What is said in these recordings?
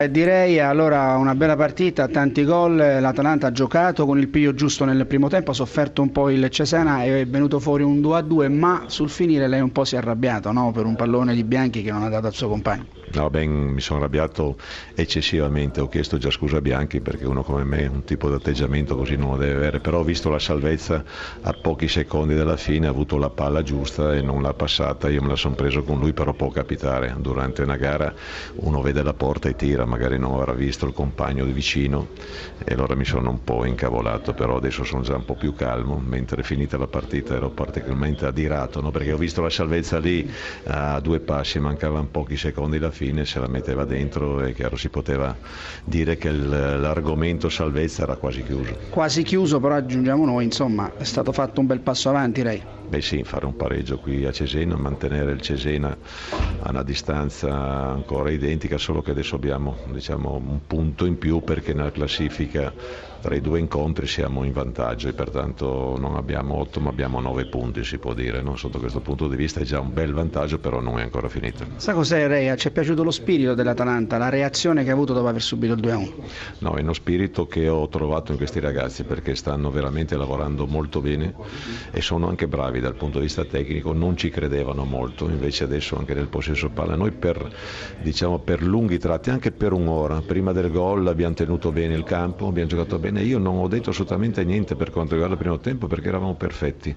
Direi allora una bella partita, tanti gol, l'Atalanta ha giocato con il piglio giusto nel primo tempo, ha sofferto un po' il Cesena e è venuto fuori un 2-2, ma sul finire lei un po' si è arrabbiato, no? Per un pallone di Bianchi che non ha dato al suo compagno. No, mi sono arrabbiato eccessivamente, ho chiesto già scusa a Bianchi perché uno come me un tipo di atteggiamento così non lo deve avere, però ho visto la salvezza a pochi secondi dalla fine, ha avuto la palla giusta e non l'ha passata, io me la sono preso con lui, però può capitare, durante una gara uno vede la porta e tira, magari non avrà visto il compagno di vicino e allora mi sono un po' incavolato, però adesso sono già un po' più calmo, mentre finita la partita ero particolarmente adirato, no? Perché ho visto la salvezza lì a due passi, mancavano pochi secondi alla fine, se la metteva dentro è chiaro si poteva dire che l'argomento salvezza era quasi chiuso. Quasi chiuso, però aggiungiamo noi, insomma, è stato fatto un bel passo avanti, lei. Beh sì, fare un pareggio qui a Cesena, mantenere il Cesena a una distanza ancora identica, solo che adesso abbiamo un punto in più perché nella classifica tra i due incontri siamo in vantaggio e pertanto non abbiamo 8 ma abbiamo 9 punti, si può dire, no? Sotto questo punto di vista è già un bel vantaggio, però non è ancora finito. Sa cos'è, Rea? Ci è piaciuto lo spirito dell'Atalanta, la reazione che ha avuto dopo aver subito il 2-1? No, è uno spirito che ho trovato in questi ragazzi perché stanno veramente lavorando molto bene e sono anche bravi dal punto di vista tecnico, non ci credevano molto, invece adesso anche nel possesso palla noi per lunghi tratti, anche per un'ora, prima del gol abbiamo tenuto bene il campo, abbiamo giocato bene, io non ho detto assolutamente niente per quanto riguarda il primo tempo perché eravamo perfetti,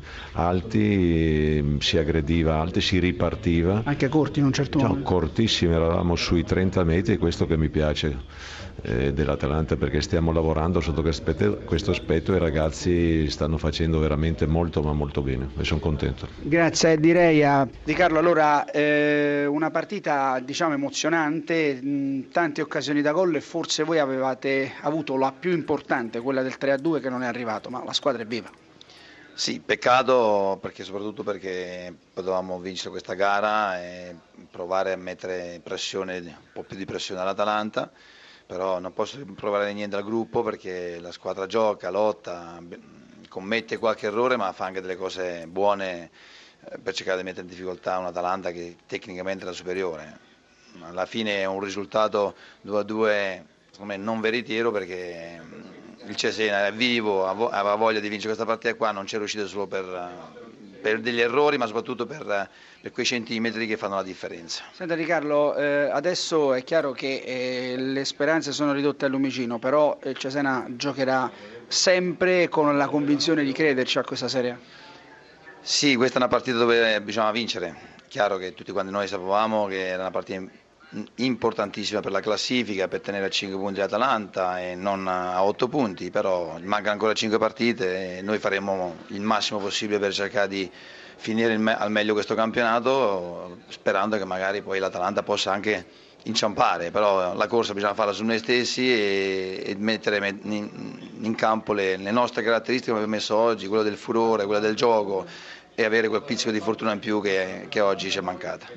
alti, si aggrediva, alti, si ripartiva. Anche corti in un certo modo. Cortissimi, eravamo sui 30 metri, questo che mi piace dell'Atalanta perché stiamo lavorando sotto questo aspetto e i ragazzi stanno facendo veramente molto ma molto bene e sono contento. Grazie, direi a Di Carlo. Allora, una partita diciamo emozionante, tante occasioni da gol e forse voi avevate avuto la più importante, quella del 3-2 che non è arrivato, ma la squadra è viva. Sì, peccato soprattutto perché potevamo vincere questa gara e provare a mettere pressione, un po' più di pressione all'Atalanta, però non posso provare niente al gruppo perché la squadra gioca, lotta, commette qualche errore ma fa anche delle cose buone per cercare di mettere in difficoltà un'Atalanta che tecnicamente è la superiore. Alla fine è un risultato 2-2 non veritiero perché il Cesena è vivo, aveva voglia di vincere questa partita qua, non c'è riuscito solo per degli errori ma soprattutto per quei centimetri che fanno la differenza. Senta Di Carlo, adesso è chiaro che le speranze sono ridotte al lumicino, però il Cesena giocherà sempre con la convinzione di crederci a questa serie. Sì, questa è una partita dove bisogna vincere, chiaro che tutti quanti noi sapevamo che era una partita importantissima per la classifica, per tenere a 5 punti l'Atalanta e non a 8 punti, però mancano ancora 5 partite e noi faremo il massimo possibile per cercare di finire al meglio questo campionato, sperando che magari poi l'Atalanta possa anche inciampare, però la corsa bisogna farla su noi stessi e mettere in campo le nostre caratteristiche che abbiamo messo oggi, quella del furore, quella del gioco e avere quel pizzico di fortuna in più che oggi ci è mancata.